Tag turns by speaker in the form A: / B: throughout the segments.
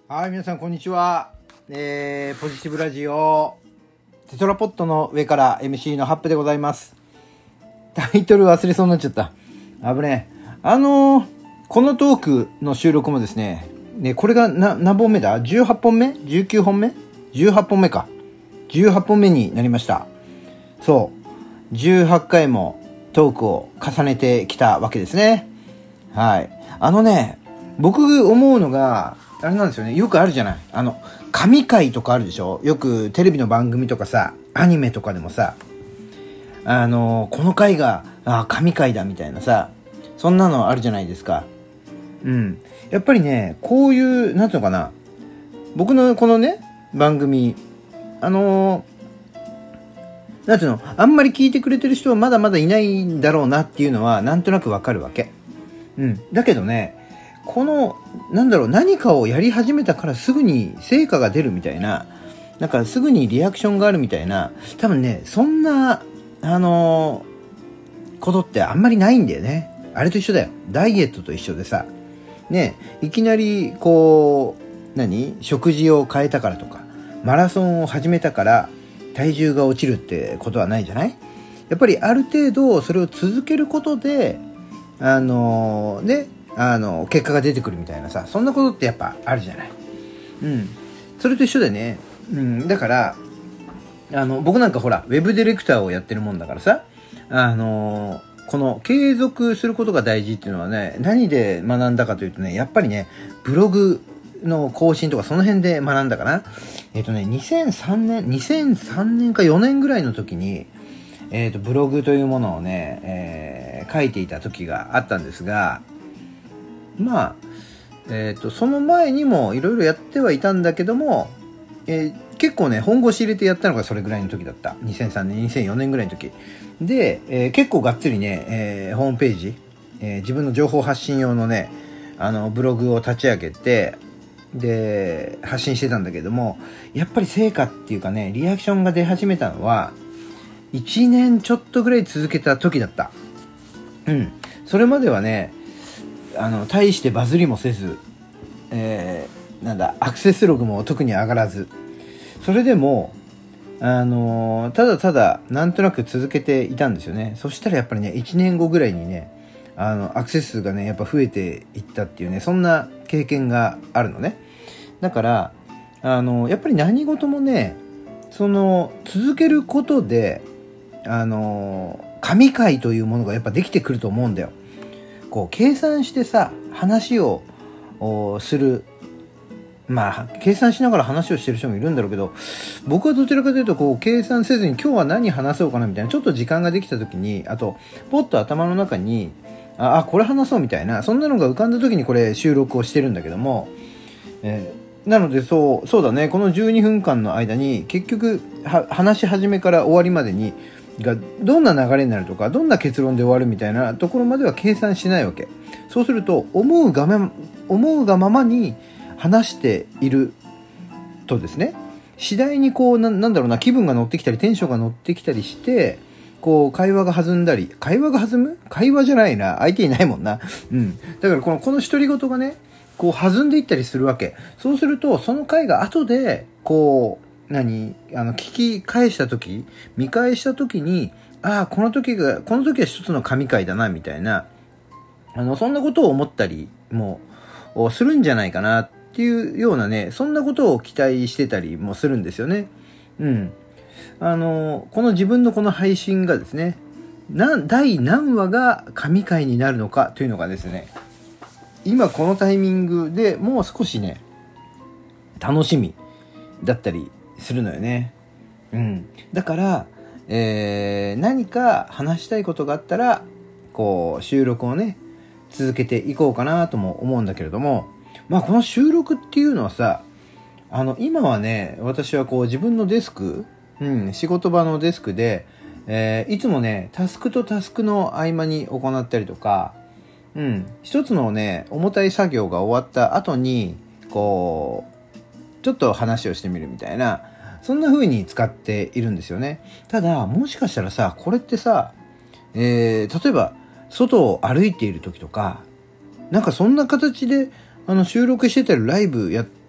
A: はい、皆さんこんにちは。ポジティブラジオテトラポットの上から MC のハップでございます。タイトル忘れそうになっちゃった。危ねえ。このトークの収録もですね、これが何本目だ ?18 本目 ?19 本目 ?18 本目か。18本目になりました。そう。18回もトークを重ねてきたわけですね。はい。僕思うのが、あれなんですよね。よくあるじゃない。神回とかあるでしょ。よくテレビの番組とかさ、アニメとかでもさ、この回が、神回だみたいなさ、そんなのあるじゃないですか。うん。やっぱりね、こういう、なんていうのかな。僕のこのね、番組、なんていうの、あんまり聞いてくれてる人はまだまだいないんだろうなっていうのは、なんとなくわかるわけ。うん。だけどね、何かをやり始めたからすぐに成果が出るみたいな、なんかすぐにリアクションがあるみたいな、多分ね、そんな、ことってあんまりないんだよね。あれと一緒だよ。ダイエットと一緒でさ、ね、いきなり、食事を変えたからとか、マラソンを始めたから体重が落ちるってことはないじゃない？やっぱりある程度それを続けることで、結果が出てくるみたいなさ、そんなことってやっぱあるじゃない。うん。それと一緒でね、うん、だから、僕なんかほら、ウェブディレクターをやってるもんだからさ、この継続することが大事っていうのはね、何で学んだかというとね、やっぱりね、ブログの更新とかその辺で学んだかな。2003年か4年ぐらいの時に、ブログというものをね、書いていた時があったんですが、その前にもいろいろやってはいたんだけども、結構ね、本腰入れてやったのがそれぐらいの時だった。2003年、2004年ぐらいの時。で、結構がっつりね、ホームページ、自分の情報発信用のね、ブログを立ち上げて、で、発信してたんだけども、やっぱり成果っていうかね、リアクションが出始めたのは、1年ちょっとぐらい続けた時だった。うん。それまではね、大してバズりもせず、アクセスログも特に上がらず、それでも、ただただ、なんとなく続けていたんですよね。そしたらやっぱりね、1年後ぐらいにね、アクセス数がね、やっぱ増えていったっていうね、そんな経験があるのね。だから、やっぱり何事もね、続けることで、神回というものがやっぱできてくると思うんだよ。こう計算してさ、話をする、計算しながら話をしてる人もいるんだろうけど、僕はどちらかというとこう計算せずに今日は何話そうかなみたいな、ちょっと時間ができた時に、あとポッと頭の中にこれ話そうみたいな、そんなのが浮かんだ時にこれ収録をしてるんだけども、なのでそうだね、この12分間の間に結局話し始めから終わりまでにがどんな流れになるとか、どんな結論で終わるみたいなところまでは計算しないわけ。そうすると思うがままに話しているとですね、次第にこう気分が乗ってきたりテンションが乗ってきたりして、こう会話が弾んだり、会話じゃないな、相手いないもんな。うん。だからこの独り言がね、こう弾んでいったりするわけ。そうするとその回が後でこう聞き返した時、見返した時に、この時は一つの神回だなみたいな、そんなことを思ったりもするんじゃないかなっていうようなね、そんなことを期待してたりもするんですよね。うん。この自分のこの配信がですね、第何話が神回になるのかというのがですね、今このタイミングでもう少しね、楽しみだったりするのよね。うん。だから、何か話したいことがあったら、こう、収録をね、続けていこうかなとも思うんだけれども、この収録っていうのはさ、今はね、私はこう自分のデスク、仕事場のデスクで、いつもね、タスクとタスクの合間に行ったりとか、一つのね、重たい作業が終わった後に、こう、ちょっと話をしてみるみたいな、そんな風に使っているんですよね。ただ、もしかしたらさ、これってさ、例えば、外を歩いている時とか、なんかそんな形で、収録してたりライブやっ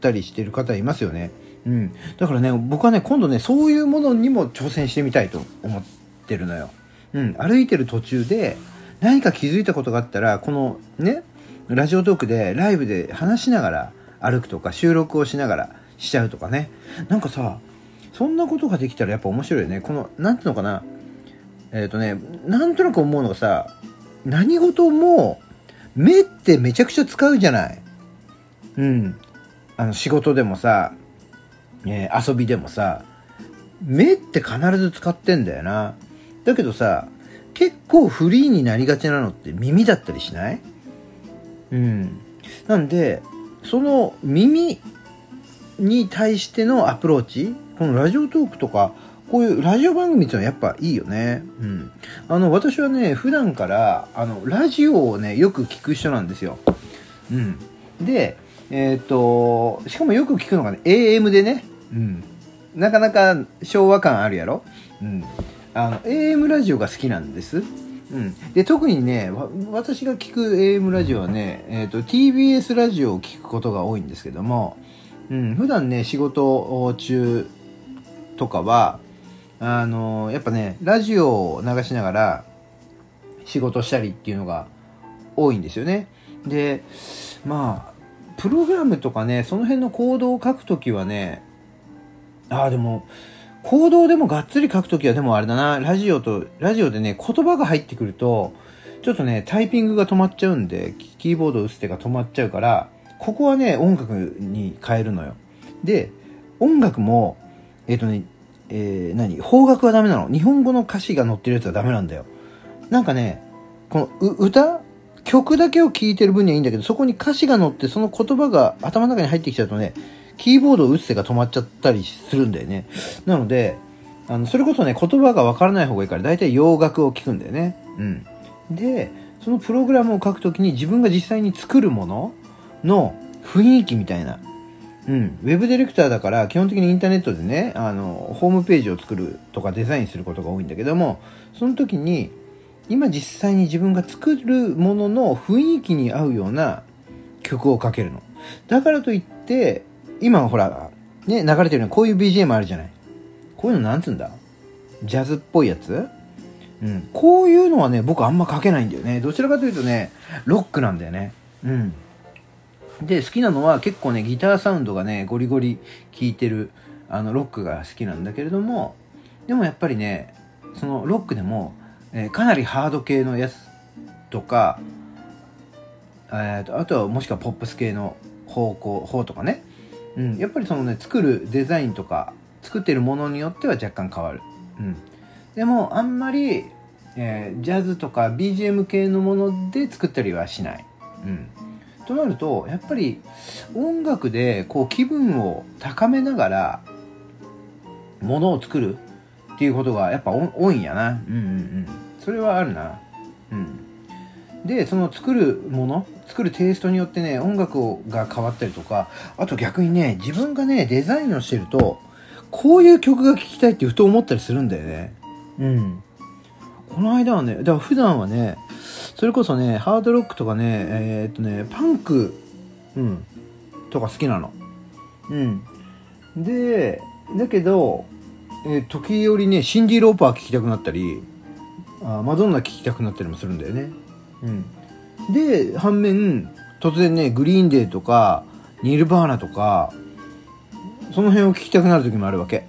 A: ったりしてる方いますよね。だからね、僕はね、今度ね、そういうものにも挑戦してみたいと思ってるのよ。歩いてる途中で何か気づいたことがあったら、このね、ラジオトークでライブで話しながら歩くとか、収録をしながらしちゃうとかね。なんかさ、そんなことができたらやっぱ面白いよね。この、なんていうのかな。なんとなく思うのがさ、何事も目ってめちゃくちゃ使うじゃない。仕事でもさ、遊びでもさ、目って必ず使ってんだよな。だけどさ、結構フリーになりがちなのって耳だったりしない？なんで、その耳に対してのアプローチ、このラジオトークとか、こういうラジオ番組ってのはやっぱいいよね。私はね、普段からラジオをね、よく聞く人なんですよ。で、しかもよく聞くのがね、AM でね、なかなか昭和感あるやろ。AM ラジオが好きなんです。で、特にね、私が聞く AM ラジオはね、TBS ラジオを聞くことが多いんですけども、普段ね、仕事中とかは、やっぱね、ラジオを流しながら仕事したりっていうのが多いんですよね。で、まあ、プログラムとかね、その辺のコードを書くときはね、でも、コードでもがっつり書くときはでもあれだな、ラジオでね、言葉が入ってくると、ちょっとね、タイピングが止まっちゃうんで、キーボードを打つ手が止まっちゃうから、ここはね、音楽に変えるのよ。で、音楽も、邦楽はダメなの。日本語の歌詞が載ってるやつはダメなんだよ。なんかね、この曲だけを聴いてる分にはいいんだけど、そこに歌詞が載ってその言葉が頭の中に入ってきちゃうとね、キーボードを打つ手が止まっちゃったりするんだよね。なので、それこそね、言葉がわからない方がいいから、だいたい洋楽を聴くんだよね。で、そのプログラムを書くときに自分が実際に作るものの雰囲気みたいな。ウェブディレクターだから基本的にインターネットでね、ホームページを作るとかデザインすることが多いんだけども、その時に今実際に自分が作るものの雰囲気に合うような曲をかけるの。だからといって今ほらね、流れてるのこういう BGM あるじゃない。こういうのなんつうんだ、ジャズっぽいやつ。こういうのはね、僕あんまかけないんだよね。どちらかというとね、ロックなんだよね。で、好きなのは結構ね、ギターサウンドがね、ゴリゴリ聴いてるロックが好きなんだけれども、でもやっぱりね、そのロックでも、かなりハード系のやつとか、あとはもしくはポップス系の方とかね、やっぱりそのね、作るデザインとか作ってるものによっては若干変わる。でもあんまり、ジャズとか BGM 系のもので作ったりはしない。となるとやっぱり音楽でこう気分を高めながらものを作るっていうことがやっぱ多いんやな。それはあるな。で、その作るテイストによってね、音楽が変わったりとか、あと逆にね、自分がねデザインをしてるとこういう曲が聴きたいってふと思ったりするんだよね。この間はね、だから普段はね、それこそね、ハードロックとかね、パンク、とか好きなの。で、だけど、時折ね、シンディ・ローパー聴きたくなったり、マドンナ聴きたくなったりもするんだよね。で、反面、突然ね、グリーンデーとか、ニルバーナとか、その辺を聴きたくなる時もあるわけ。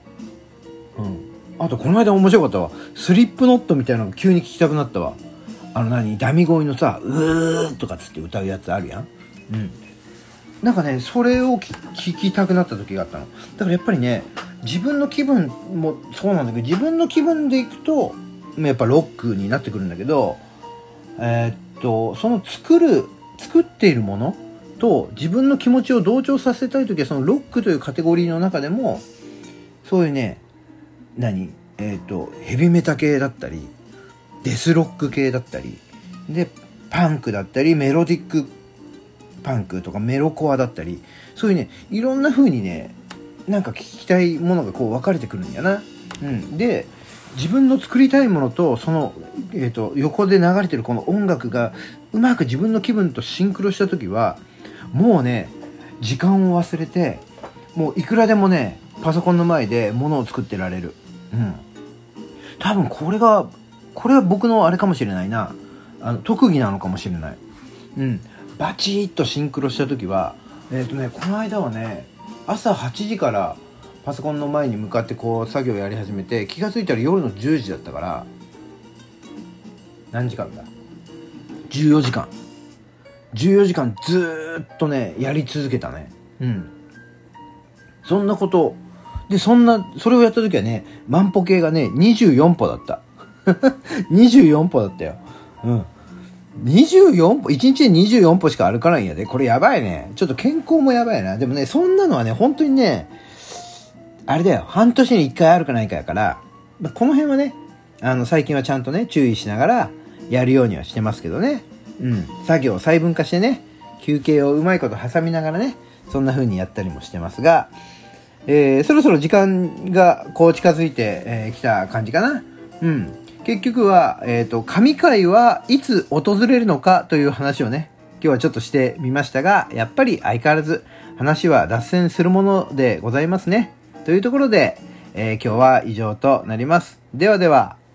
A: あと、この間面白かったわ。スリップノットみたいなのが急に聴きたくなったわ。ダミ声のさ、うーとかつって歌うやつあるやん。なんかね、それを聞きたくなった時があったの。だからやっぱりね、自分の気分もそうなんだけど、自分の気分でいくと、やっぱロックになってくるんだけど、その作っているものと自分の気持ちを同調させたい時は、そのロックというカテゴリーの中でも、そういうね、ヘビメタ系だったり、デスロック系だったり、で、パンクだったり、メロディックパンクとかメロコアだったり、そういうね、いろんな風にね、なんか聞きたいものがこう分かれてくるんやな。で、自分の作りたいものと、その、横で流れてるこの音楽がうまく自分の気分とシンクロした時は、もうね、 時間を忘れて、もういくらでもね、パソコンの前で物を作ってられる。多分これは僕のあれかもしれないな。特技なのかもしれない。バチッとシンクロした時は、この間はね、朝8時からパソコンの前に向かってこう作業やり始めて、気がついたら夜の10時だったから、何時間だ ?14 時間。14時間ずーっとね、やり続けたね。そんなこと。で、それをやった時はね、万歩計がね、24歩だった。24歩だったよ。24歩、1日で24歩しか歩かないんやで。これやばいね。ちょっと健康もやばいな。でもね、そんなのはね、本当にね、あれだよ。半年に1回あるかないかやから、この辺はね、最近はちゃんとね、注意しながらやるようにはしてますけどね。作業を細分化してね、休憩をうまいこと挟みながらね、そんな風にやったりもしてますが、そろそろ時間がこう近づいてきた感じかな。結局は、神回はいつ訪れるのかという話をね、今日はちょっとしてみましたが、やっぱり相変わらず話は脱線するものでございますね。というところで、今日は以上となります。ではでは。